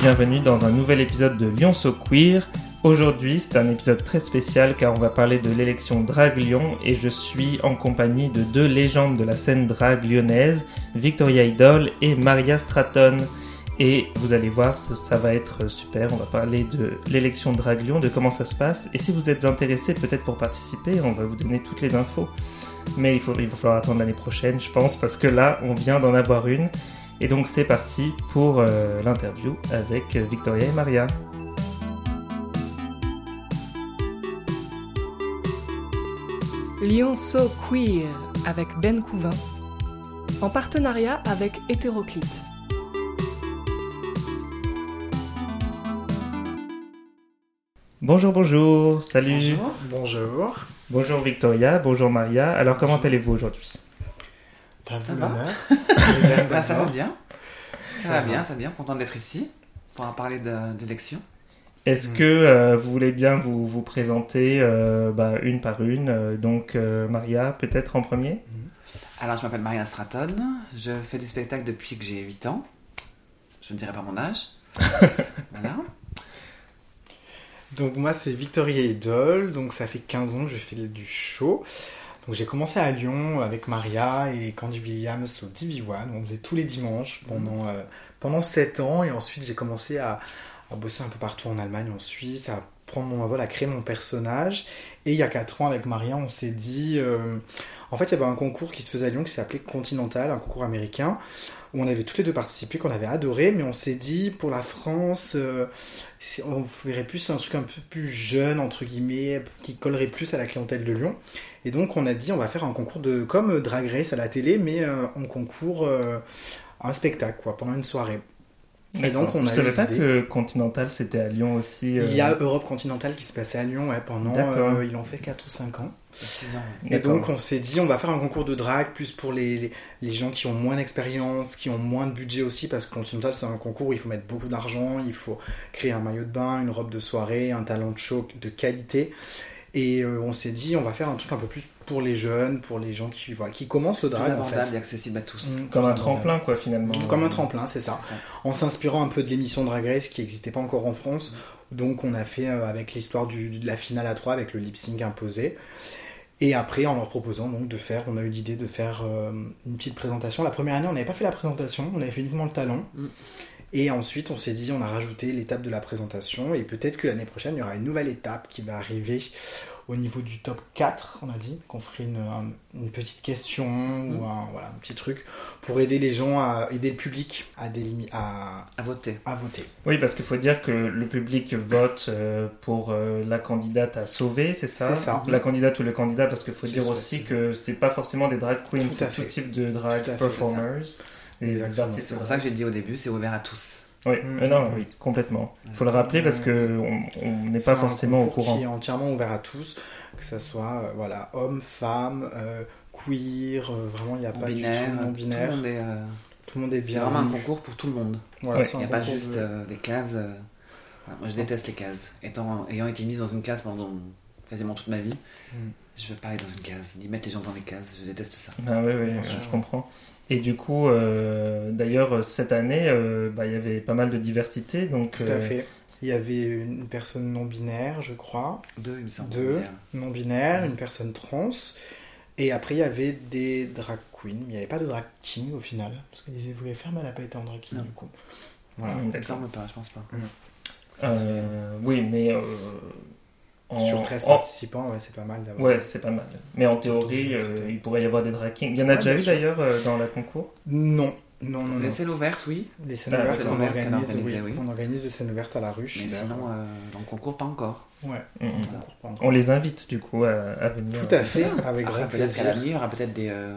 bienvenue dans un nouvel épisode de Lyon So Queer. Aujourd'hui, c'est un épisode très spécial car on va parler de l'élection Drag Lyon et je suis en compagnie de deux légendes de la scène drag lyonnaise, Victoria Idol et Maria Stratton. Et vous allez voir, ça va être super, on va parler de l'élection Drag Lyon, de comment ça se passe. Et si vous êtes intéressés peut-être pour participer, on va vous donner toutes les infos. Mais il va falloir attendre l'année prochaine, je pense, parce que là, on vient d'en avoir une. Et donc c'est parti pour l'interview avec Victoria et Maria. Lyon So Queer avec Ben Couvin, en partenariat avec Hétéroclite. Bonjour, salut. Bonjour Victoria, bonjour Maria. Alors comment allez-vous aujourd'hui ? Ça va bien. Ça va bien. Content d'être ici pour en parler d'élection. Est-ce que vous voulez bien vous présenter une par une donc Maria, peut-être en premier ? Alors, je m'appelle Maria Stratton. Je fais du spectacle depuis que j'ai 8 ans. Je ne dirai pas mon âge. Voilà. Donc moi, c'est Victoria Idol. Donc ça fait 15 ans que je fais du show. Donc j'ai commencé à Lyon avec Maria et Candy Williams au DB1. On faisait tous les dimanches pendant 7 ans. Et ensuite, j'ai commencé à bosser un peu partout en Allemagne, en Suisse, à prendre mon envol, à créer mon personnage. Et il y a 4 ans, avec Maria, on s'est dit... En fait, il y avait un concours qui se faisait à Lyon qui s'appelait Continental, un concours américain, où on avait toutes les deux participé, qu'on avait adoré. Mais on s'est dit, pour la France, on verrait plus un truc un peu plus jeune, entre guillemets, qui collerait plus à la clientèle de Lyon. Et donc, on a dit, on va faire un concours comme Drag Race à la télé, mais un concours, un spectacle, quoi, pendant une soirée. Et donc, je ne savais pas que Continental c'était à Lyon aussi. Il y a Europe Continental qui se passait à Lyon pendant, ils l'ont fait 4 ou 5 ans. 6 ans. Et donc on s'est dit on va faire un concours de drag plus pour les gens qui ont moins d'expérience, qui ont moins de budget aussi, parce que Continental c'est un concours où il faut mettre beaucoup d'argent, il faut créer un maillot de bain, une robe de soirée, un talent de show de qualité. Et on s'est dit on va faire un truc un peu plus pour les jeunes, pour les gens qui commencent le drag, plus en fait. abordable et accessible à tous. Comme un tremplin quoi finalement. Comme un tremplin, c'est ça. En s'inspirant un peu de l'émission Drag Race qui n'existait pas encore en France. Donc on a fait avec l'histoire de la finale à 3 avec le lip sync imposé. Et après, en leur proposant donc on a eu l'idée de faire une petite présentation. La première année, on n'avait pas fait la présentation, on avait fait uniquement le talent. Et ensuite, on s'est dit, on a rajouté l'étape de la présentation. Et peut-être que l'année prochaine, il y aura une nouvelle étape qui va arriver au niveau du top 4. On a dit qu'on ferait une petite question ou un petit truc pour aider les gens, aider le public à voter. Oui, parce qu'il faut dire que le public vote pour la candidate à sauver, c'est ça ? C'est ça. La candidate ou le candidat, parce qu'il faut dire aussi que c'est pas forcément des drag queens, c'est tout type de drag performers. C'est pour ça que j'ai dit au début, c'est ouvert à tous. Oui, oui, complètement. Il faut le rappeler parce qu'on n'est pas forcément au courant. Qui est entièrement ouvert à tous, que ce soit hommes, femmes, queer, vraiment il n'y a pas du tout non-binaire. Tout le monde est bien. C'est vraiment un concours pour tout le monde. Voilà, il n'y a pas juste des cases. Moi je déteste les cases. Ayant été mise dans une case pendant quasiment toute ma vie, je ne veux pas aller dans une case, ni mettre les gens dans les cases, je déteste ça. Oui, je comprends. Et du coup, d'ailleurs, cette année, il y avait pas mal de diversité. Donc, tout à fait. Il y avait une personne non-binaire, je crois. 2, il me semble. 2 non-binaires, une personne trans. Et après, il y avait des drag queens. Mais il n'y avait pas de drag king au final. Parce qu'ils voulaient faire, mais elle n'a pas été en drag king du coup. Voilà. Il me semble pas, je pense pas. Oui, mais... Sur 13 participants, c'est pas mal d'avoir. Ouais, c'est pas mal. Mais en théorie, il pourrait y avoir des drag kings. Il y en a déjà eu d'ailleurs dans le concours ? Non. Les scènes ouvertes, oui. Les scènes ouvertes, on organise des scènes ouvertes à la ruche. Mais sinon, dans le concours, pas encore. Ouais. Concours, pas encore. On les invite du coup à venir. Tout à fait, avec grand plaisir. Peut-être qu'à l'avenir, il y aura peut-être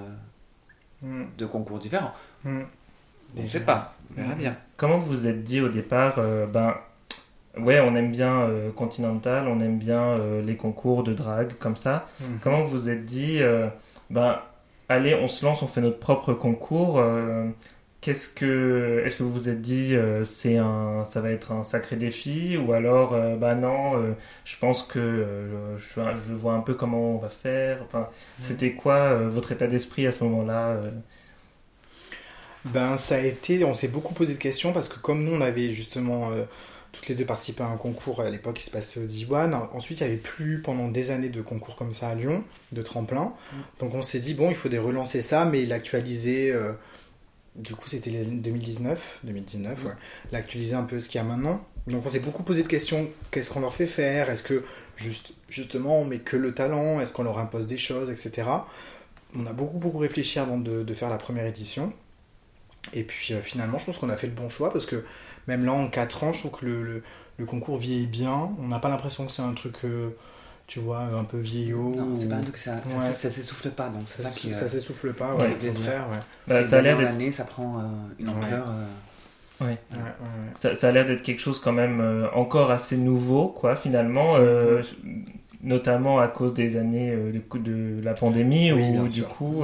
de concours différents. On ne sait pas, on verra bien. Comment vous vous êtes dit au départ, ouais, on aime bien Continental, on aime bien les concours de drague comme ça. Comment vous vous êtes dit, allez, on se lance, on fait notre propre concours. Est-ce que vous vous êtes dit, ça va être un sacré défi, ou alors, non, je pense que je vois un peu comment on va faire. Enfin, c'était quoi votre état d'esprit à ce moment-là Ben, ça a été, on s'est beaucoup posé de questions parce que comme nous, on avait justement toutes les deux participé à un concours à l'époque qui se passait au Diwan. Ensuite, il n'y avait plus pendant des années de concours comme ça à Lyon, de tremplin. Donc on s'est dit, bon, il faudrait relancer ça, mais l'actualiser. Du coup, c'était 2019, ouais. L'actualiser un peu ce qu'il y a maintenant. Donc on s'est beaucoup posé de questions. Qu'est-ce qu'on leur fait faire? Est-ce que justement on met que le talent? Est-ce qu'on leur impose des choses, etc. On a beaucoup réfléchi avant de faire la première édition. Et puis finalement, je pense qu'on a fait le bon choix parce que même là, en 4 ans, je trouve que le concours vieillit bien. On n'a pas l'impression que c'est un truc, tu vois, un peu vieillot. Non, c'est pas un truc, ça s'essouffle pas. Donc c'est ça qui. Ça s'essouffle pas, ouais, au contraire. Ouais. Bah, ça a l'air d'être... l'année, ça prend une ampleur. Ouais. Ça a l'air d'être quelque chose quand même encore assez nouveau, quoi, finalement. Notamment à cause des années de la pandémie, où du coup.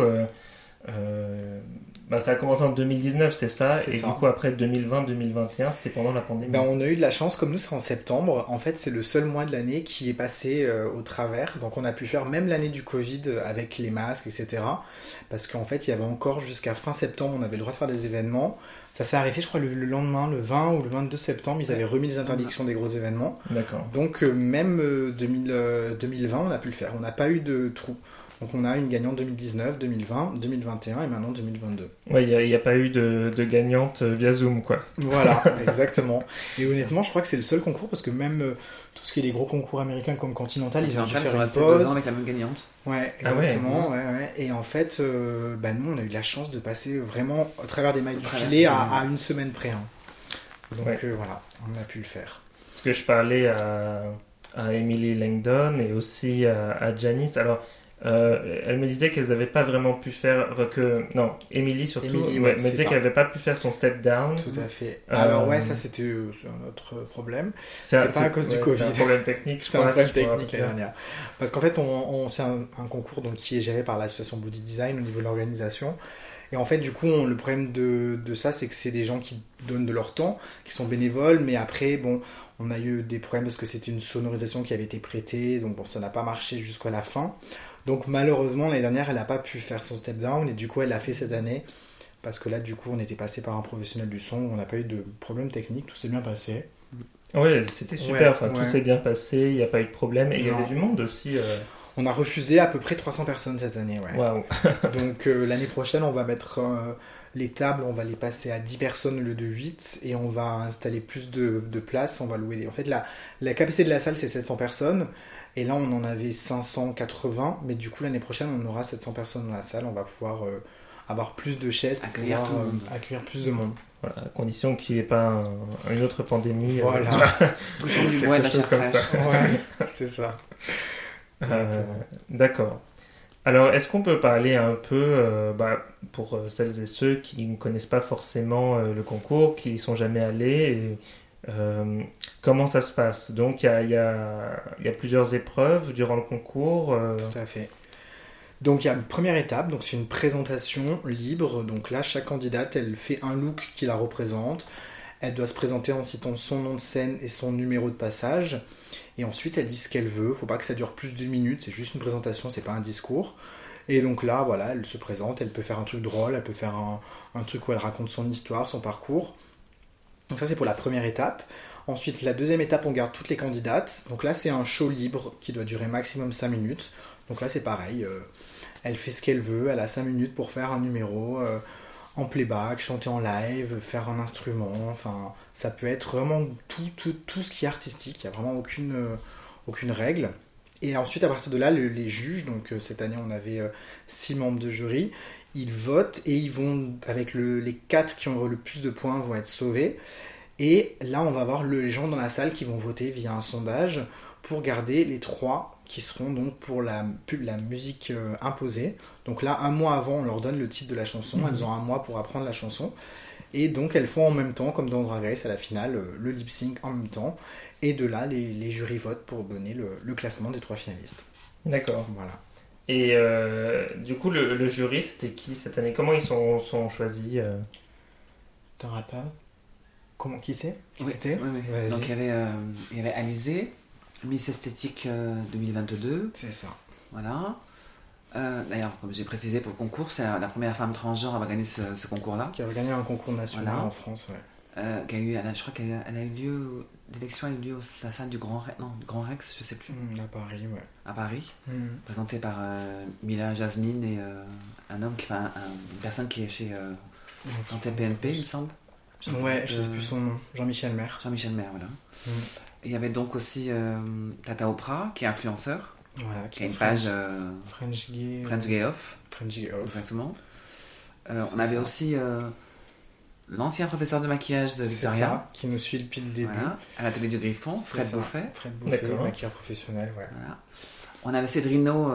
Ça a commencé en 2019, c'est ça. Du coup, après 2020-2021, c'était pendant la pandémie. On a eu de la chance, comme nous, c'est en septembre. En fait, c'est le seul mois de l'année qui est passé au travers. Donc, on a pu faire même l'année du Covid avec les masques, etc. Parce qu'en fait, il y avait encore jusqu'à fin septembre, on avait le droit de faire des événements. Ça s'est arrêté, je crois, le lendemain, le 20 ou le 22 septembre, ils avaient remis les interdictions des gros événements. D'accord. Donc, même 2020, on a pu le faire. On n'a pas eu de trou. Donc on a une gagnante 2019, 2020, 2021 et maintenant 2022. Ouais, il n'y a pas eu de gagnante via Zoom, quoi. Voilà, exactement. Et honnêtement, je crois que c'est le seul concours parce que même tout ce qui est les gros concours américains comme Continental, ils ont dû faire une pause. 2 ans avec la même gagnante. Ouais, exactement. Ouais. Et en fait, nous, on a eu de la chance de passer vraiment au travers des mailles du filet à une semaine près. Hein. Donc voilà, on a pu le faire. Parce que je parlais à Emily Langdon et aussi à Janice. Alors, elle me disait qu'elles n'avaient pas vraiment pu faire Emily surtout me disait qu'elle n'avait pas pu faire son step down. Tout à fait. Alors ça c'était un autre problème. C'était pas à cause du Covid. C'était un problème technique. C'était un problème technique l'année dernière. Parce qu'en fait c'est un concours donc, qui est géré par l'association Body Design au niveau de l'organisation. Et en fait, du coup, le problème de ça, c'est que c'est des gens qui donnent de leur temps, qui sont bénévoles, mais après, on a eu des problèmes parce que c'était une sonorisation qui avait été prêtée, donc ça n'a pas marché jusqu'à la fin. Donc malheureusement, l'année dernière, elle n'a pas pu faire son step down, et du coup, elle l'a fait cette année, parce que là, du coup, on était passé par un professionnel du son, on n'a pas eu de problème technique, tout s'est bien passé. Oui, c'était super, tout s'est bien passé, il n'y a pas eu de problème, et il y avait du monde aussi... On a refusé à peu près 300 personnes cette année, ouais. Waouh. Donc l'année prochaine, on va mettre les tables, on va les passer à 10 personnes au lieu de 8 et on va installer plus de places, on va louer. En fait, la capacité de la salle, c'est 700 personnes et là, on en avait 580, mais du coup, l'année prochaine, on aura 700 personnes dans la salle, on va pouvoir avoir plus de chaises pour accueillir plus de monde. Voilà, à condition qu'il n'y ait pas une autre pandémie. Voilà. Touchant du bois et de la chair fraîche. Ouais, c'est ça. D'accord. Alors, est-ce qu'on peut parler un peu, pour celles et ceux qui ne connaissent pas forcément le concours, qui n'y sont jamais allés, comment ça se passe? Donc, il y a plusieurs épreuves durant le concours. Tout à fait. Donc, il y a une première étape, donc c'est une présentation libre. Donc là, chaque candidate, elle fait un look qui la représente. Elle doit se présenter en citant son nom de scène et son numéro de passage. Et ensuite, elle dit ce qu'elle veut. Faut pas que ça dure plus d'1 minute. C'est juste une présentation, c'est pas un discours. Et donc là, voilà, elle se présente. Elle peut faire un truc drôle. Elle peut faire un truc où elle raconte son histoire, son parcours. Donc ça, c'est pour la première étape. Ensuite, la deuxième étape, on garde toutes les candidates. Donc là, c'est un show libre qui doit durer maximum 5 minutes. Donc là, c'est pareil. Elle fait ce qu'elle veut. Elle a 5 minutes pour faire un numéro... en playback, chanter en live, faire un instrument, enfin, ça peut être vraiment tout ce qui est artistique, il n'y a vraiment aucune règle. Et ensuite, à partir de là, les juges, donc cette année on avait 6 membres de jury, ils votent et ils vont, avec les 4 qui ont le plus de points, vont être sauvés. Et là, on va avoir les gens dans la salle qui vont voter via un sondage pour garder les 3 qui seront donc pour la musique imposée. Donc là, 1 mois avant, on leur donne le titre de la chanson. Elles ont 1 mois pour apprendre la chanson. Et donc, elles font en même temps, comme dans Drag Race, à la finale, le lip-sync en même temps. Et de là, les jurys votent pour donner le classement des 3 finalistes. D'accord. Voilà. Et du coup, le jury, c'était qui cette année? Comment ils sont choisis T'en rappelles pas? Qui c'est? C'était oui. Donc, il y avait Alizé, Miss Esthétique 2022. C'est ça. Voilà. D'ailleurs, comme j'ai précisé pour le concours, c'est la première femme transgenre à avoir gagné ce concours-là. Qui a gagné un concours national Voilà. en France, ouais. Je crois qu'elle a eu lieu, l'élection a eu lieu à la salle du Grand Rex, je sais plus, À Paris, ouais. à Paris, présentée par Mila Jasmine et un homme, une personne qui est chez TPNP, il me semble. Ouais, je sais plus son nom. Jean-Michel Maire. Jean-Michel Maire, voilà. Et il y avait donc aussi Tata Oprah, qui est influenceur, Voilà, qui a une page French Gay. French Gay Off, French Gay Off. exactement. On avait aussi l'ancien professeur de maquillage de Victoria. C'est ça, qui nous suit depuis le début. Voilà, à l'atelier du Griffon, C'est Fred ça. Bouffet. Fred Bouffet, D'accord. maquilleur professionnel, ouais. Voilà. On avait Cédrino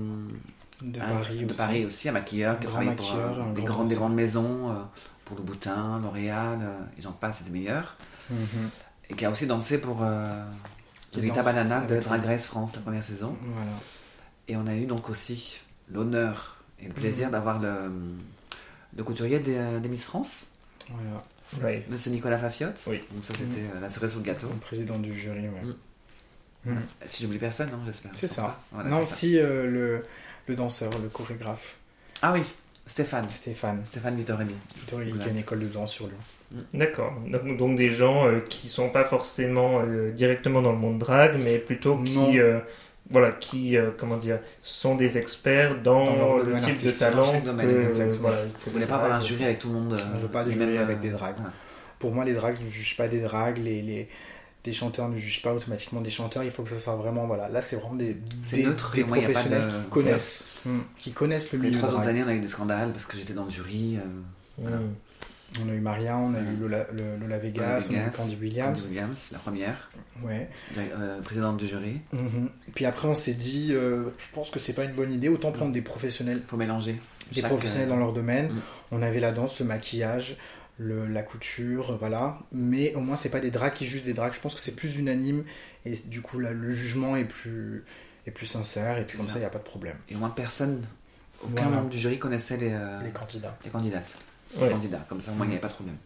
De Paris aussi, un maquilleur qui Un travaille grand pour maquilleur, un des grand grandes maisons, pour Louboutin, L'Oréal, et j'en passe, c'est des meilleurs. Mhm. Et qui a aussi dansé pour Qui Rita danse Banana de avec Drag lui. Race France, la première saison. Voilà. Et on a eu donc aussi l'honneur et le plaisir d'avoir le couturier des Miss France, Voilà. Ouais. Monsieur Nicolas Fafiotte. Oui. Donc ça, c'était la cerise sur le gâteau. Le président du jury, ouais. Si j'oublie personne, non, j'espère. C'est Je pense ça. pas. Voilà, Non, c'est ça. aussi le danseur, le chorégraphe, Ah oui, Stéphane Vittorelli, Vittorelli. qui a une école de danse sur Lyon. D'accord. Donc des gens qui sont pas forcément directement dans le monde drag, mais plutôt Non. qui comment dire, sont des experts dans Dans leur le domaine type de artistique, talent dans chaque domaine, exactement. voilà, Vous voulez pas avoir un jury avec tout le monde. On ne veut pas des les jurys mêmes, avec des drags. voilà. Pour moi, les drags ne jugent pas des drags, des chanteurs ne jugent pas automatiquement des chanteurs, il faut que ce soit vraiment, voilà, là c'est vraiment des neutre, des et moi, y a pas professionnels de- qui connaissent, qui connaissent le Parce que les milieu 3 autres drag. années, on a eu des scandales parce que j'étais dans le jury. Voilà. On a eu Maria, on a eu Lola Vegas, on a eu Candy Williams. Candy Williams, la première, Ouais. présidente du jury. Puis après on s'est dit, je pense que c'est pas une bonne idée, autant prendre des professionnels, Il faut mélanger. des Chaque, professionnels dans leur domaine. Mm. On avait la danse, le maquillage, la couture, voilà. Mais au moins c'est pas des drags qui jugent des drags. Je pense que c'est plus unanime et du coup là, le jugement est plus sincère et puis C'est comme ça. ça il n'y a pas de problème. Et au moins personne, aucun Voilà. membre du jury connaissait les candidats. candidates. Ouais. Les candidats, comme ça au moins il n'y avait pas de problème.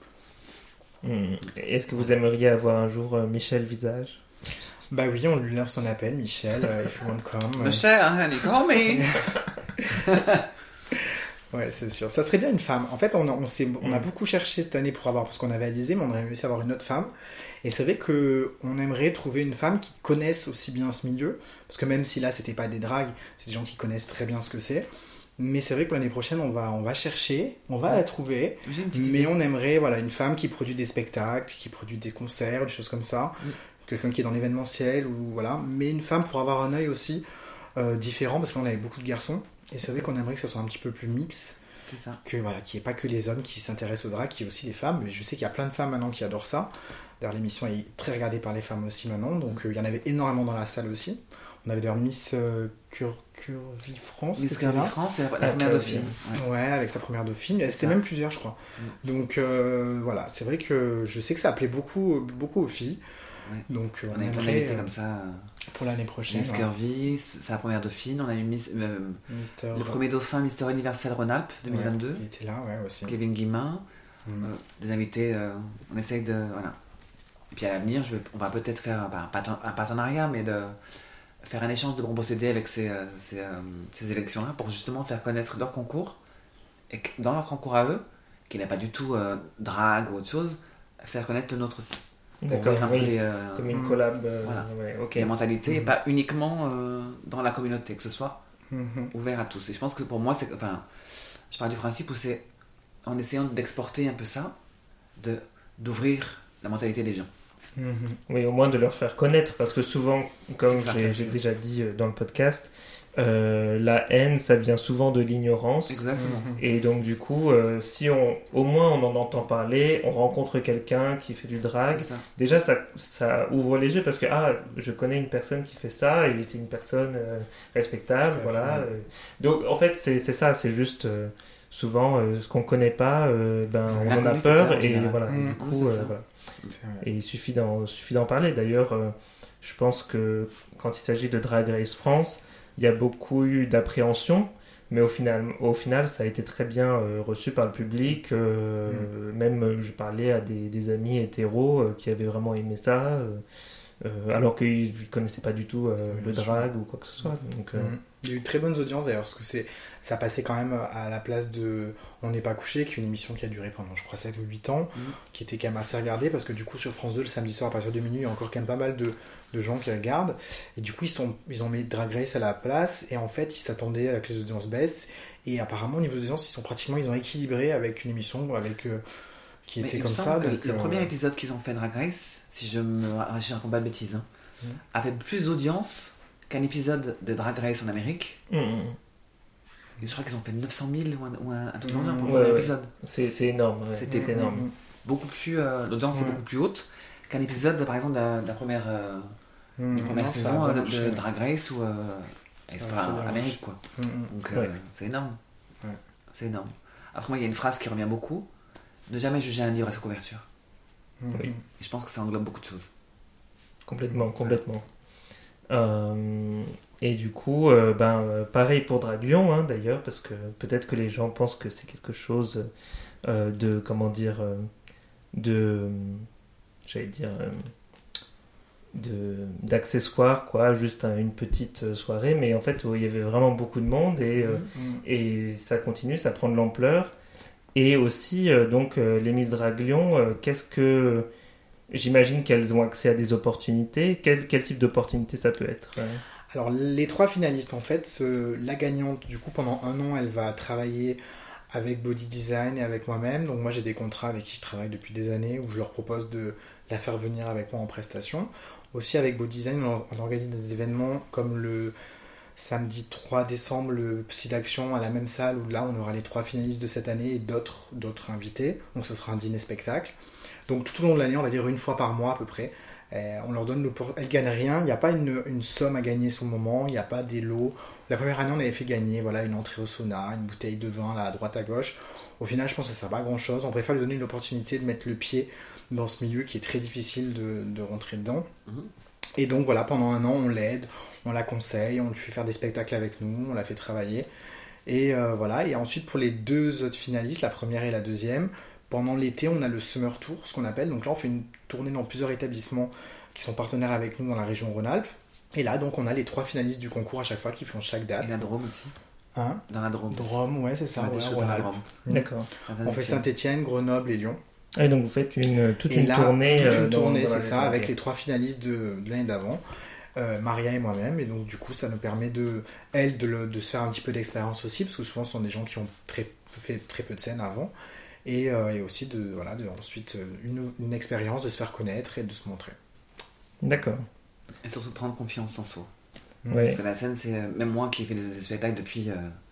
Est-ce que vous aimeriez avoir un jour Michel Visage? Bah oui, on lui lance son appel, Michel, if you want to come. Michel, honey, call me. Ouais, c'est sûr. Ça serait bien une femme. En fait, on a beaucoup cherché cette année pour avoir, parce qu'on avait Alizé, mais on aurait réussi à avoir une autre femme. Et c'est vrai qu'on aimerait trouver une femme qui connaisse aussi bien ce milieu, parce que même si là, c'était pas des dragues, c'est des gens qui connaissent très bien ce que c'est. Mais c'est vrai que l'année prochaine, on va chercher, on va la trouver, J'ai une petite mais idée. on aimerait une femme qui produit des spectacles, qui produit des concerts, des choses comme ça, quelqu'un qui est dans l'événementiel, ou voilà, mais une femme pour avoir un œil aussi différent, parce que là, on avait beaucoup de garçons, et c'est vrai qu'on aimerait que ça soit un petit peu plus mix, C'est ça. qu'il n'y ait pas que les hommes qui s'intéressent au drag, qu'il y ait aussi les femmes, mais je sais qu'il y a plein de femmes maintenant qui adorent ça. D'ailleurs, l'émission est très regardée par les femmes aussi maintenant, donc il y en avait énormément dans la salle aussi. On avait d'ailleurs Miss Curvy France. Miss qui était Curvy là. France, c'est la Ah, première Curvy. dauphine. Ouais. Ouais, avec sa première dauphine. C'est C'était ça. même plusieurs, je crois. Donc voilà, c'est vrai que je sais que ça appelait beaucoup aux filles. Ouais. Donc On on avait plein aimerait d'invités comme ça. pour l'année prochaine. Miss Curvy, c'est la première dauphine. On a eu Mister, le premier dauphin Mister Universel Rhône-Alpes 2022. ouais, qui était là, ouais, aussi. Kevin Guillemin. Les invités, on essaye de... Voilà. Et puis à l'avenir, on va peut-être faire un partenariat, mais de faire un échange de bons procédés avec ces élections-là pour justement faire connaître leur concours. Et que dans leur concours à eux, qui n'est pas du tout drague ou autre chose, faire connaître le nôtre aussi. Pour D'accord, ouvrir un peu oui. les, Comme une collab. Voilà. Ouais, ok. les mentalités et pas uniquement dans la communauté, que ce soit Mhm. ouvert à tous. Et je pense que pour moi, je pars du principe où c'est en essayant d'exporter un peu ça, d'ouvrir la mentalité des gens. Mhm. Oui, au moins de leur faire connaître, parce que souvent, comme C'est ça. j'ai déjà dit dans le podcast, la haine, ça vient souvent de l'ignorance. Exactement. Mhm. Et donc du coup, si au moins on en entend parler, on rencontre quelqu'un qui fait du drag, C'est ça. déjà ça ouvre les yeux parce que je connais une personne qui fait ça et c'est une personne respectable, Tout à voilà. fait. Donc en fait c'est ça, c'est juste souvent ce qu'on connaît pas, C'est on en a l'inconnu fait peur peur, en et général. voilà. Mm, Du coup, c'est ça. voilà. C'est vrai. Et il suffit d'en parler. D'ailleurs, je pense que quand il s'agit de Drag Race France, il y a beaucoup eu d'appréhension, mais au final, ça a été très bien reçu par le public. Même, je parlais à des amis hétéros qui avaient vraiment aimé ça. alors qu'ils ne connaissaient pas du tout le drag ou quoi que ce soit. Donc, Il y a eu de très bonnes audiences d'ailleurs, parce que ça passait quand même à la place de On n'est pas couché, qui est une émission qui a duré pendant, je crois, 7 ou 8 ans, qui était quand même assez regardée, parce que du coup, sur France 2, le samedi soir, à partir de minuit, il y a encore quand même pas mal de gens qui regardent. Et du coup, ils ont mis Drag Race à la place, et en fait, ils s'attendaient à que les audiences baissent. Et apparemment, au niveau des audiences, ils ont équilibré avec une émission qui était comme ça. Donc, le premier épisode qu'ils ont fait Drag Race, si je raconte pas de bêtises, avait plus d'audience qu'un épisode de Drag Race en Amérique. Et je crois qu'ils ont fait 900 000 ou un truc dans le genre pour le premier épisode. C'est énorme. Ouais. C'était énorme. Beaucoup plus, l'audience était beaucoup plus haute qu'un épisode, par exemple, de la première saison de Drag Race ou Amérique, quoi. Donc c'est énorme. Ouais. C'est énorme. Après, moi, il y a une phrase qui revient beaucoup: ne jamais juger un livre à sa couverture. Oui. Et je pense que ça englobe beaucoup de choses. Complètement. Et du coup, pareil pour Draglion, hein, d'ailleurs, parce que peut-être que les gens pensent que c'est quelque chose d'accessoire, quoi, juste une petite soirée, mais en fait, il y avait vraiment beaucoup de monde et ça continue, ça prend de l'ampleur. Et aussi, les Miss Draglion, j'imagine qu'elles ont accès à des opportunités. Quel type d'opportunité ça peut être? Alors, les 3 finalistes, en fait, la gagnante, du coup, pendant 1 an, elle va travailler avec Body Design et avec moi-même. Donc, moi, j'ai des contrats avec qui je travaille depuis des années où je leur propose de la faire venir avec moi en prestation. Aussi, avec Body Design, on organise des événements comme le samedi 3 décembre, le Psy d'Action à la même salle où là, on aura les 3 finalistes de cette année et d'autres invités. Donc, ce sera un dîner-spectacle. Donc tout au long de l'année, on va dire 1 fois par mois à peu près, on leur donne elles gagnent rien, il n'y a pas une somme à gagner sur le moment, il n'y a pas des lots. La première année, on avait fait gagner une entrée au sauna, une bouteille de vin là, à droite à gauche. Au final, je pense que ça ne sert pas à grand chose. On préfère lui donner l'opportunité de mettre le pied dans ce milieu qui est très difficile de rentrer dedans. Et donc voilà, pendant 1 an, on l'aide, on la conseille, on lui fait faire des spectacles avec nous, on la fait travailler. Et voilà, et ensuite pour les 2 autres finalistes, la première et la deuxième, pendant l'été, on a le Summer Tour, ce qu'on appelle. Donc là, on fait une tournée dans plusieurs établissements qui sont partenaires avec nous dans la région Rhône-Alpes. Et là, donc, on a les 3 finalistes du concours à chaque fois qui font chaque date. Et la Drôme aussi. Hein? Dans la Drôme. Drôme, ouais, c'est ça. Ouais, dans la Drôme. D'accord. On fait Saint-Étienne, Grenoble et Lyon. Ah, et donc vous faites toute une tournée. Toute une tournée, c'est ça, avec les 3 finalistes de l'année d'avant. Maria et moi-même, et donc du coup ça nous permet de se faire un petit peu d'expérience aussi, parce que souvent ce sont des gens qui ont fait très peu de scènes avant. Et aussi ensuite une expérience de se faire connaître et de se montrer. D'accord. Et surtout prendre confiance en soi. Ouais. Parce que la scène, c'est même moi qui ai fait des spectacles depuis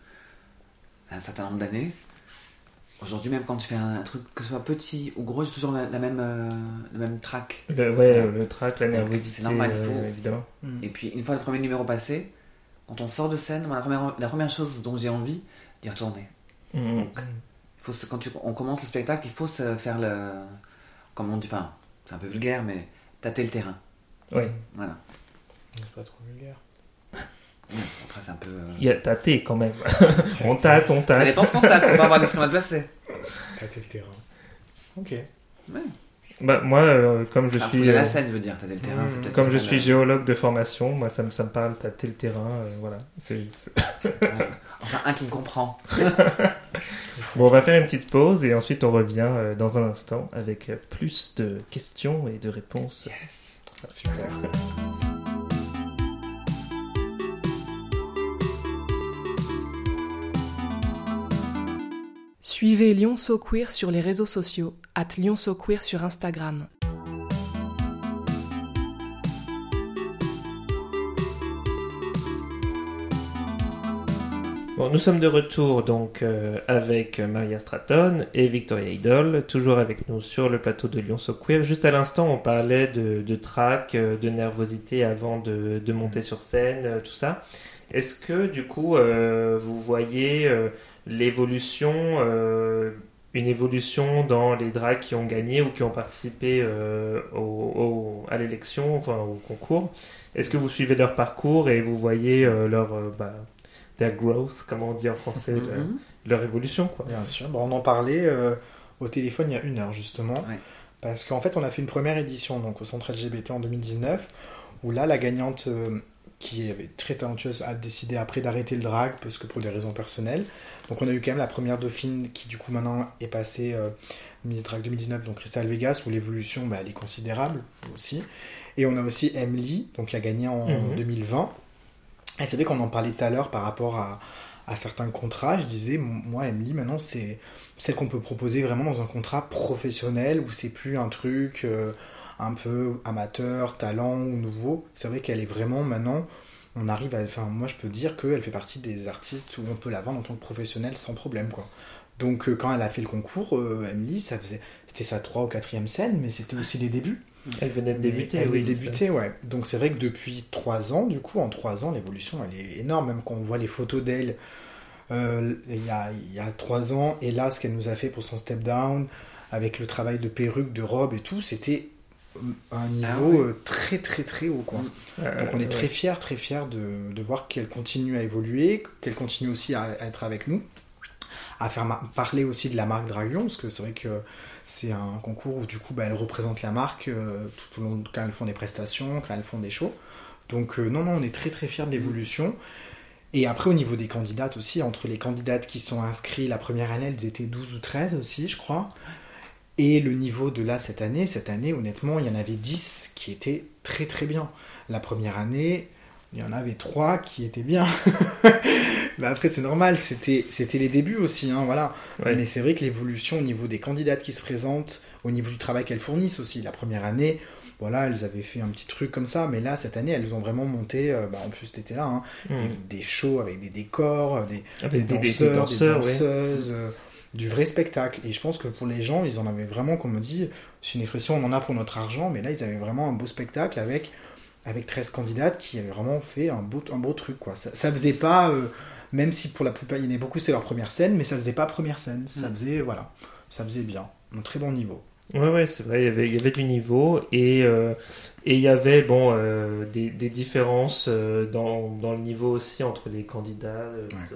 un certain nombre d'années. Aujourd'hui, même quand je fais un truc, que ce soit petit ou gros, j'ai toujours le même track. Le track, la nervosité. C'est normal, il faut. Évidemment. Et puis, une fois le premier numéro passé, quand on sort de scène, la première chose dont j'ai envie, d'y retourner. Donc, quand on commence le spectacle, il faut se faire comme on dit, enfin, c'est un peu vulgaire, mais tâter le terrain. Oui. Voilà. C'est pas trop vulgaire. Après, c'est un peu. Il y a tâté quand même. on tâte. Ça dépend ce qu'on tâte, on va avoir l'esprit mal placé. Tâter le terrain. Ok. Ouais. Bah, moi, comme je suis. La scène, je veux dire, tâter le terrain. C'est peut-être comme je suis géologue de formation, moi, ça me parle, tâter le terrain. Voilà. Enfin, un qui me comprend. Bon, on va faire une petite pause et ensuite on revient dans un instant avec plus de questions et de réponses. Yes. Super. Suivez Lionceau Queer sur les réseaux sociaux, @Lionceau Queer sur Instagram. Bon, nous sommes de retour donc avec Maria Stratton et Victoria Idol, toujours avec nous sur le plateau de Lionceau Queer. Juste à l'instant, on parlait de trac, de nervosité avant de monter sur scène, tout ça. Est-ce que du coup, vous voyez l'évolution, une évolution dans les drags qui ont gagné ou qui ont participé à l'élection, enfin au concours? Est-ce que vous suivez leur parcours et vous voyez their growth, comment on dit en français, leur évolution, quoi? Bien sûr. Bon, on en parlait au téléphone il y a 1 heure justement. Ouais. Parce qu'en fait, on a fait une première édition donc, au centre LGBT en 2019, où là, la gagnante, qui est très talentueuse, a décidé après d'arrêter le drag, parce que pour des raisons personnelles. Donc on a eu quand même la première dauphine, qui du coup maintenant est passée Miss Drag 2019, donc Crystal Vegas, où l'évolution, elle est considérable aussi. Et on a aussi Emily, donc qui a gagné en 2020. Et c'est vrai qu'on en parlait tout à l'heure par rapport à certains contrats. Je disais, moi, Emily, maintenant, c'est celle qu'on peut proposer vraiment dans un contrat professionnel, où c'est plus un truc un peu amateur, talent ou nouveau. C'est vrai qu'elle est vraiment, maintenant, on arrive à... Enfin, moi, je peux dire qu'elle fait partie des artistes où on peut la vendre en tant que professionnelle sans problème, quoi. Donc, quand elle a fait le concours, Emily, c'était sa 3e ou 4e scène, mais c'était aussi les débuts. Elle venait de débuter, elle oui. venait de débuter, ouais. Donc c'est vrai que depuis 3 ans, du coup, en 3 ans, l'évolution, elle est énorme. Même quand on voit les photos d'elle il y a 3 ans, et là, ce qu'elle nous a fait pour son step down, avec le travail de perruque, de robe et tout, c'était un niveau très très très haut, quoi. Donc on est très fiers de voir qu'elle continue à évoluer, qu'elle continue aussi à être avec nous, à faire parler aussi de la marque Draglion, parce que c'est vrai que c'est un concours où du coup elles représentent la marque tout au long quand elles font des prestations, quand elles font des shows. Donc non, on est très très fiers de l'évolution. Et après au niveau des candidates aussi, entre les candidates qui sont inscrites la première année, elles étaient 12 ou 13 aussi, je crois. Et le niveau de là cette année, honnêtement, il y en avait 10 qui étaient très très bien. La première année, il y en avait 3 qui étaient bien. Mais après, c'est normal, c'était les débuts aussi, hein, voilà. Ouais. Mais c'est vrai que l'évolution au niveau des candidates qui se présentent, au niveau du travail qu'elles fournissent aussi. La première année, voilà, elles avaient fait un petit truc comme ça, mais là, cette année, elles ont vraiment monté, en plus, t'étais là, hein, des shows avec des décors, des danseurs, des danseuses, du vrai spectacle. Et je pense que pour les gens, ils en avaient vraiment, comme on dit, c'est une expression, on en a pour notre argent, mais là, ils avaient vraiment un beau spectacle avec 13 candidates qui avaient vraiment fait un beau truc, quoi. Ça faisait pas... même si pour la plupart, il y en a beaucoup, c'est leur première scène, mais ça faisait pas première scène. Ça faisait, voilà, ça faisait bien. Un très bon niveau. Ouais, c'est vrai, il y avait du niveau et il y avait des différences dans le niveau aussi entre les candidats.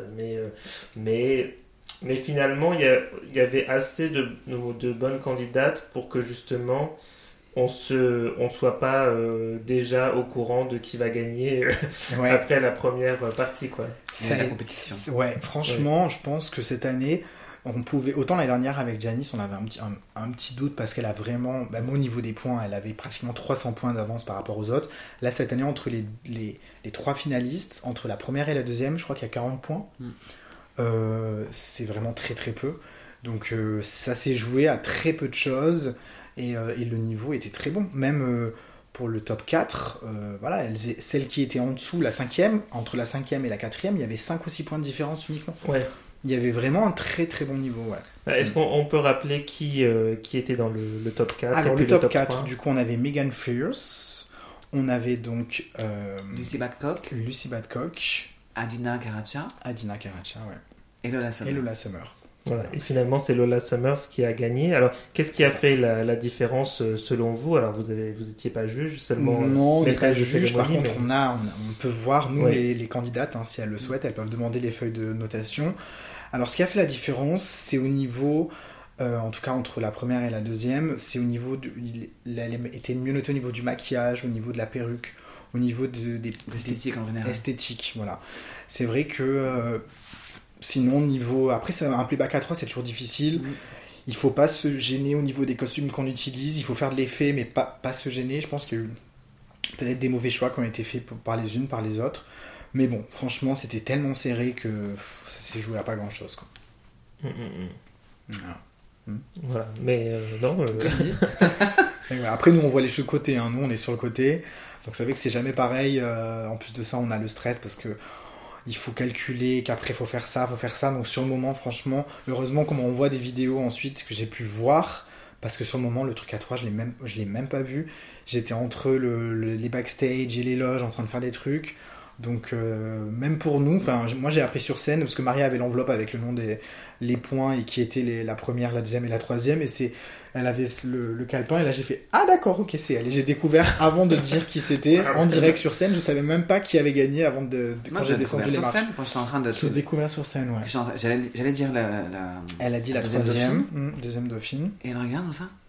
Mais finalement, il y avait assez de bonnes candidates pour que justement on soit pas déjà au courant de qui va gagner après la première partie, quoi. C'est la compétition. Ouais, franchement, je pense que cette année, on pouvait, autant l'année dernière avec Janice, on avait un petit doute parce qu'elle a vraiment, au niveau des points, elle avait pratiquement 300 points d'avance par rapport aux autres. Là, cette année, entre les 3 finalistes, entre la première et la deuxième, je crois qu'il y a 40 points. C'est vraiment très très peu. Donc ça s'est joué à très peu de choses. Et le niveau était très bon. Même pour le top 4, voilà, celle qui était en dessous, la 5e, entre la 5e et la 4e, il y avait 5 ou 6 points de différence uniquement. Ouais. Il y avait vraiment un très très bon niveau. Ouais. Est-ce qu'on peut rappeler qui était dans le top 4? Alors le top 4, 3. Du coup, on avait Megan Fierce, on avait donc Lucy Badcock, Adina Karacha, ouais. Et Lola Summer. Voilà. Et finalement, c'est Lola Summers qui a gagné. Alors, qu'est-ce qui a fait la différence selon vous? Alors, vous étiez pas juge seulement. Non, on n'est pas juge. Par contre, on peut voir, nous, les candidates, hein, si elles le souhaitent, elles peuvent demander les feuilles de notation. Alors, ce qui a fait la différence, c'est au niveau, en tout cas entre la première et la deuxième, c'est au niveau elle était mieux notée au niveau du maquillage, au niveau de la perruque, au niveau des esthétique en général. Esthétique, voilà. C'est vrai que sinon, niveau... Après, un playback à 3, c'est toujours difficile. Il faut pas se gêner au niveau des costumes qu'on utilise. Il faut faire de l'effet, mais pas se gêner. Je pense qu'il y a eu peut-être des mauvais choix qui ont été faits par les unes, par les autres. Mais bon, franchement, c'était tellement serré que ça s'est joué à pas grand-chose, quoi. Voilà, mais non... Après, nous, on voit les choses de côté. Hein. Nous, on est sur le côté. Donc, ça fait que c'est jamais pareil. En plus de ça, on a le stress parce que il faut calculer, qu'après il faut faire ça. Donc sur le moment, franchement, heureusement, comme on voit des vidéos ensuite que j'ai pu voir, parce que sur le moment, le truc à 3, je l'ai même pas vu. J'étais entre les backstage et les loges en train de faire des trucs. Donc même pour nous, moi j'ai appris sur scène parce que Maria avait l'enveloppe avec le nom les points et qui étaient la première, la deuxième et la troisième, et elle avait le calepin, et là j'ai fait ah d'accord, ok, c'est elle. Et j'ai découvert avant de dire qui c'était en direct sur scène. Je savais même pas qui avait gagné avant quand j'ai descendu les marches. Quand j'étais en train de j'ai découvert sur scène, ouais. J'allais dire elle a dit la troisième, deuxième dauphine. Et elle regarde enfin.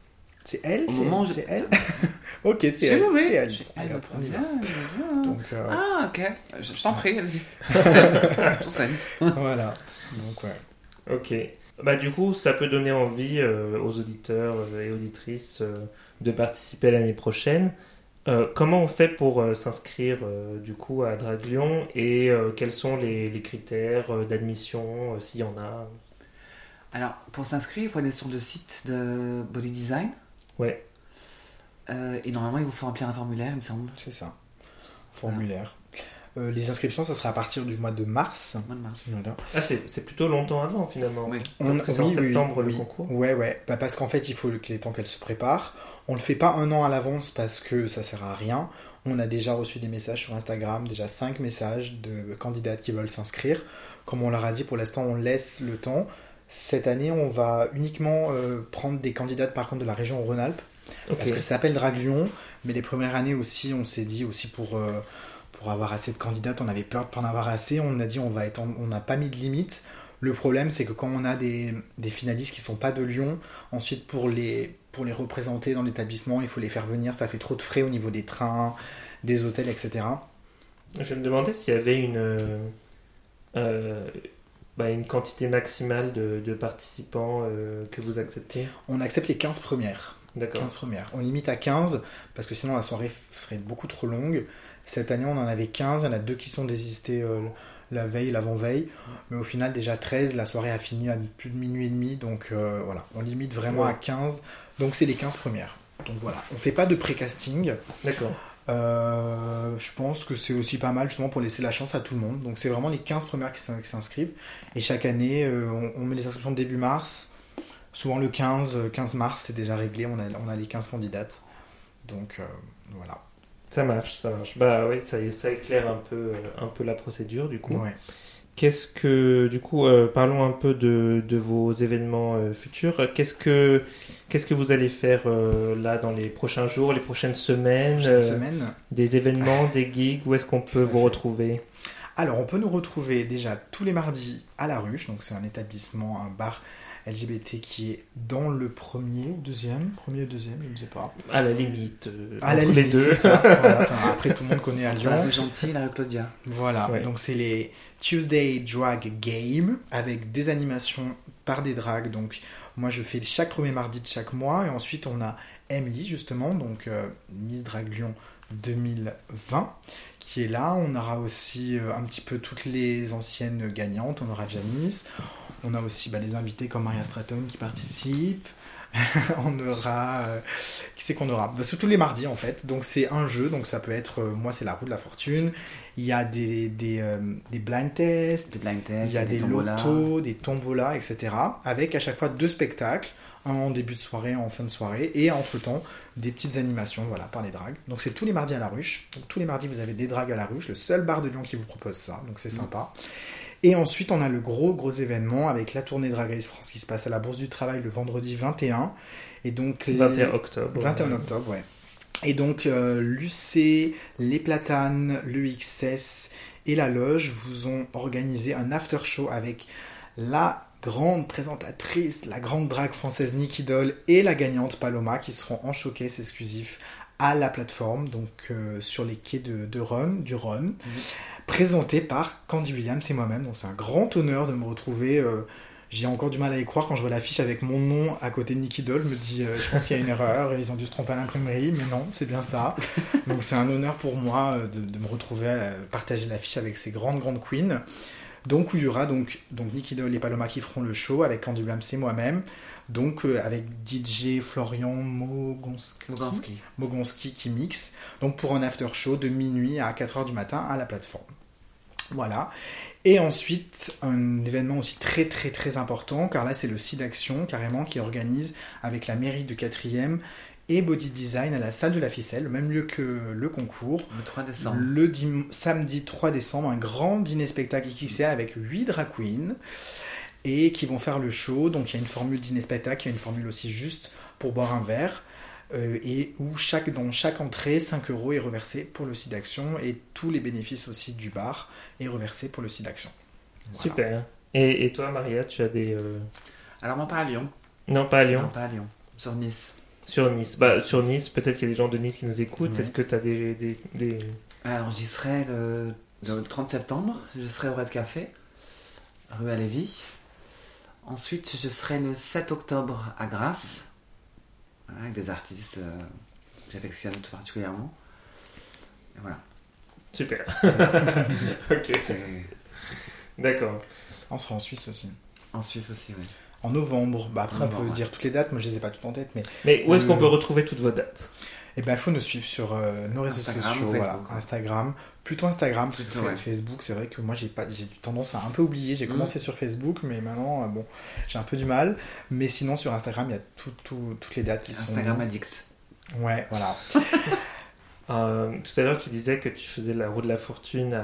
C'est elle. Au C'est moment où c'est elle. Ok, c'est Je- elle. oui, oui. C'est elle. Je- Allez, hop, on y va. Ah, Donc ok. Je t'en prie, allez-y. Sur scène. voilà. Donc ouais. Ok. Bah, du coup, ça peut donner envie aux auditeurs et auditrices de participer l'année prochaine. Comment on fait pour s'inscrire du coup à Drag Lyon et quels sont les critères d'admission s'il y en a? Alors, pour s'inscrire, il faut aller sur le site de Body Design. Ouais. Et normalement, il vous faut remplir un formulaire, il me semble. C'est ça. Formulaire. Les inscriptions, ça sera à partir du mois de mars. Mois de mars. Voilà. Ah, c'est plutôt longtemps avant finalement. Oui. Parce que c'est en oui, septembre oui. le concours. Ouais. Bah, parce qu'en fait, il faut les temps qu'elle se prépare. On le fait pas un an à l'avance parce que ça sert à rien. On a déjà reçu des messages sur Instagram, déjà 5 messages de candidates qui veulent s'inscrire. Comme on leur a dit, pour l'instant, on laisse le temps. Cette année, on va uniquement prendre des candidates par contre de la région Rhône-Alpes. Ok. Parce que ça s'appelle Drag Lyon. Mais les premières années aussi, on s'est dit aussi pour avoir assez de candidates, on avait peur de pas en avoir assez. On a dit on n'a pas mis de limite. Le problème, c'est que quand on a des finalistes qui sont pas de Lyon, ensuite pour les représenter dans l'établissement, il faut les faire venir. Ça fait trop de frais au niveau des trains, des hôtels, etc. Je me demandais s'il y avait une quantité maximale de participants que vous acceptez. On accepte les 15 premières. D'accord. 15 premières. On limite à 15 parce que sinon la soirée serait beaucoup trop longue. Cette année, on en avait 15. Il y en a 2 qui sont désistés la veille, l'avant-veille. Mais au final, déjà 13. La soirée a fini à plus de minuit et demi. Donc voilà, on limite vraiment à 15. Donc c'est les 15 premières. Donc voilà, on fait pas de pré-casting. D'accord. Je pense que c'est aussi pas mal justement pour laisser la chance à tout le monde. Donc c'est vraiment les 15 premières qui s'inscrivent. Et chaque année, on met les inscriptions début mars. Souvent le 15 mars, c'est déjà réglé. On a les 15 candidates. Donc voilà. Ça marche. Bah oui, ça éclaire un peu la procédure du coup. Ouais. Qu'est-ce que, du coup, parlons un peu de vos événements futurs. Qu'est-ce que vous allez faire là dans les prochains jours, les prochaines semaines, des événements, des gigs, où est-ce qu'on peut vous retrouver? Alors, on peut nous retrouver déjà tous les mardis à La Ruche, donc c'est un établissement, un bar LGBT qui est dans le premier ou deuxième, je ne sais pas. À la limite, à la entre limite, les deux. c'est ça. Voilà. Enfin, après, tout le monde connaît à Lyon. La rue Gentille, la rue Claudia. Voilà, Ouais. donc c'est les Tuesday Drag Game avec des animations par des drags. Donc moi je fais chaque premier mardi de chaque mois et ensuite on a Emily justement, donc Miss Drag Lyon 2020 qui est là. On aura aussi un petit peu toutes les anciennes gagnantes. On aura Janice, on a aussi les invités comme Maria Stratton qui participent. On aura qui c'est qu'on aura c'est tous les mardis en fait, donc c'est un jeu, donc ça peut être moi c'est la roue de la fortune, il y a des blind tests, Des blind tests, il y a des tombolas. lotos, des tombolas, etc. avec à chaque fois 2 spectacles, un en début de soirée, un en fin de soirée, et entre temps des petites animations par les drags. Donc c'est tous les mardis à La Ruche, donc tous les mardis vous avez des drags à La Ruche, le seul bar de Lyon qui vous propose ça, donc c'est sympa. Et ensuite, on a le gros événement avec la tournée Drag Race France qui se passe à la Bourse du Travail le vendredi 21. Et donc, 21 octobre. 21 octobre, ouais. Et donc, l'UC, les Platanes, le XS et la Loge vous ont organisé un after show avec la grande présentatrice, la grande drague française Nikki Doll et la gagnante Paloma qui seront en showcase exclusif à la plateforme, donc sur les quais du Rhône, présenté par Candy Williams et moi-même. Donc c'est un grand honneur de me retrouver. J'ai encore du mal à y croire quand je vois l'affiche avec mon nom à côté de Nikki Doll. Je me dis, je pense qu'il y a une erreur, ils ont dû se tromper à l'imprimerie, mais non, c'est bien ça. Donc c'est un honneur pour moi de me retrouver partager l'affiche avec ces grandes queens. Donc où il y aura donc Nikki Doll et Paloma qui feront le show avec Candy Williams et moi-même. Donc avec DJ Florian Mogonski qui mixe. Donc pour un after show de minuit à 4h du matin à la plateforme. Voilà. Et ensuite, un événement aussi très très très important, car là c'est le site d'action carrément qui organise avec la mairie de 4e et Body Design à la salle de la Ficelle, le même lieu que le concours. Le 3 décembre. Le samedi 3 décembre, un grand dîner-spectacle XXL avec 8 drag queens et qui vont faire le show. Donc il y a une formule dîner-spectacle, il y a une formule aussi juste pour boire un verre. Et où dans chaque entrée, 5 € est reversé pour le site d'action et tous les bénéfices aussi du bar est reversé pour le site d'action. Voilà. Super. Et toi, Maria, tu as des... Alors moi pas à Lyon. Non, pas à Lyon. Non, pas à Lyon. Sur Nice. Sur Nice. Sur Nice, peut-être qu'il y a des gens de Nice qui nous écoutent. Oui. Est-ce que tu as des... Alors, j'y serai le 30 septembre. Je serai au Red Café, rue à Lévis. Ensuite, je serai le 7 octobre à Grasse, voilà, avec des artistes que j'affectionne tout particulièrement. Et voilà. Super. Ok. D'accord. On sera en Suisse aussi. En Suisse aussi, oui. En novembre. Après, on Novembre, peut dire toutes les dates. Moi, je les ai pas toutes en tête, mais Mais où est-ce qu'on peut retrouver toutes vos dates? il faut nous suivre sur nos réseaux Instagram sociaux, ou Facebook, voilà, ouais. Instagram, plutôt Instagram, parce Plutôt, que ouais. Facebook, c'est vrai que moi j'ai tendance à un peu oublier. J'ai commencé sur Facebook, mais maintenant, j'ai un peu du mal. Mais sinon, sur Instagram, il y a toutes les dates qui Instagram sont. addict. Ouais, voilà. Tout à l'heure, tu disais que tu faisais la roue de la fortune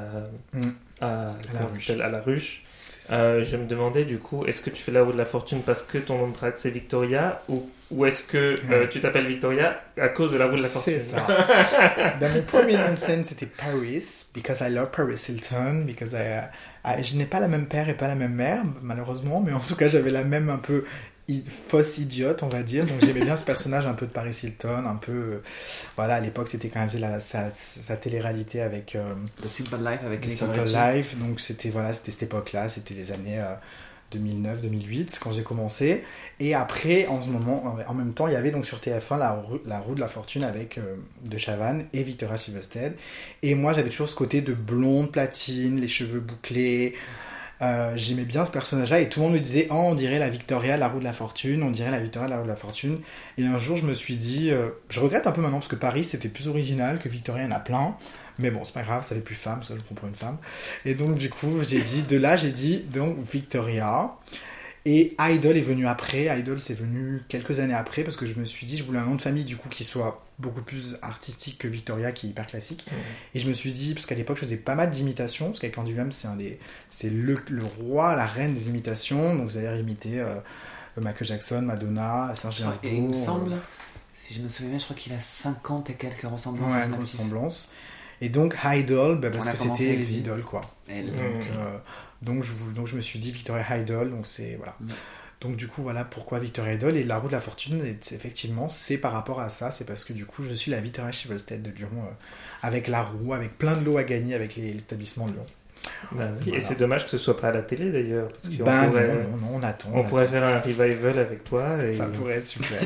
à comment ça Ruche. s'appelle, à la ruche. C'est ça. Je me demandais du coup, est-ce que tu fais la roue de la fortune parce que ton nom de drague c'est Victoria ou est-ce que tu t'appelles Victoria à cause de la roue de la fortune? C'est ça. Mon premier nom de scène c'était Paris, because I love Paris Hilton, because je n'ai pas la même père et pas la même mère, malheureusement, mais en tout cas j'avais la même un peu fausse idiote, on va dire. Donc j'aimais bien ce personnage un peu de Paris Hilton, un peu. Voilà, à l'époque c'était quand même sa télé-réalité avec The Simple Life avec The Nicole Simple Richie. Life. Donc c'était cette époque-là, c'était les années 2009-2008 quand j'ai commencé. Et après, en même temps, il y avait donc sur TF1 la roue de la fortune avec De Chavannes et Victoria Silvstedt. Et moi j'avais toujours ce côté de blonde platine, les cheveux bouclés. J'aimais bien ce personnage-là et tout le monde me disait « Oh, on dirait la Victoria de la roue de la fortune, on dirait la Victoria de la roue de la fortune. » Et un jour, je me suis dit... je regrette un peu maintenant parce que Paris, c'était plus original, que Victoria, il y en a plein. Mais bon, c'est pas grave, ça fait plus femme, ça je prends pour une femme. Et donc, du coup, j'ai dit donc Victoria. Et Idol est venu après. Idol, c'est venu quelques années après parce que je me suis dit, je voulais un nom de famille du coup qui soit beaucoup plus artistique que Victoria qui est hyper classique. Et je me suis dit, parce qu'à l'époque je faisais pas mal d'imitations, parce qu'avec Andy Williams c'est le roi, la reine des imitations, donc c'est-à-dire imiter Michael Jackson, Madonna, Serge Gainsbourg. Et il me semble, si je me souviens bien, je crois qu'il a 50 et quelques ressemblances. Ouais, une ressemblance. Et donc Idol, parce On a que commencé c'était avec les lui. idoles quoi. Et Donc je me suis dit Victoria Idol, donc c'est voilà. Donc du coup voilà pourquoi Victoria Idol et la roue de la fortune effectivement c'est par rapport à ça, c'est parce que du coup je suis la Victoria Silvstedt de Lyon avec la roue, avec plein de lots à gagner avec l'établissement de Lyon. Bah oui, Voilà. Et c'est dommage que ce soit pas à la télé d'ailleurs parce qu'on non, on attend. on pourrait faire un revival avec toi. Et... Ça pourrait être super.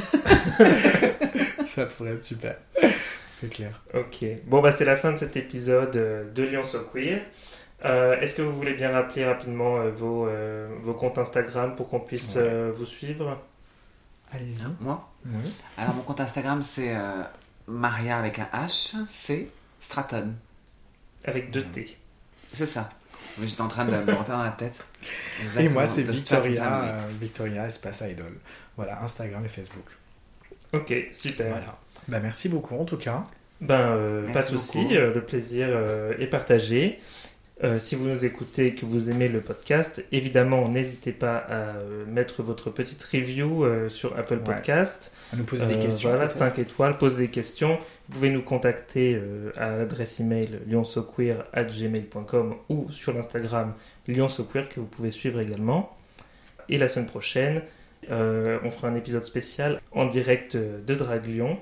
Ça pourrait être super. C'est clair. Ok. Bon bah c'est la fin de cet épisode de Lyon So Queer. Est-ce que vous voulez bien rappeler rapidement vos comptes Instagram pour qu'on puisse vous suivre? Allez-y. moi Oui. Alors, mon compte Instagram, c'est Maria avec un H, c'est Stratton. Avec 2 T. C'est ça. Mais j'étais en train de me refaire dans la tête. Et Exactement, moi c'est de Stratton Victoria, Family. Victoria espace Idol. Voilà, Instagram et Facebook. Ok, super. Voilà. Bah merci beaucoup en tout cas. Pas de Merci souci, beaucoup. le plaisir est partagé. Si vous nous écoutez et que vous aimez le podcast, évidemment, n'hésitez pas à mettre votre petite review sur Apple Podcast. À nous poser des questions. Voilà, peut-être. 5 étoiles, posez des questions. Vous pouvez nous contacter à l'adresse email lyonsoqueer@gmail.com ou sur l'Instagram lyonsoqueer que vous pouvez suivre également. Et la semaine prochaine, on fera un épisode spécial en direct de Drag Lyon.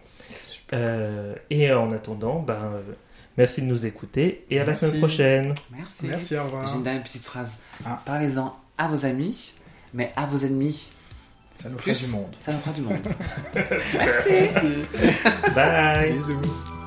Et en attendant, merci de nous écouter et à la Merci. semaine prochaine. Merci. Merci, au revoir. J'ai une dernière petite phrase. Ah. Parlez-en à vos amis, mais à vos ennemis. Ça nous fera Plus, du monde. ça nous fera du monde. Merci. Bye. Bisous.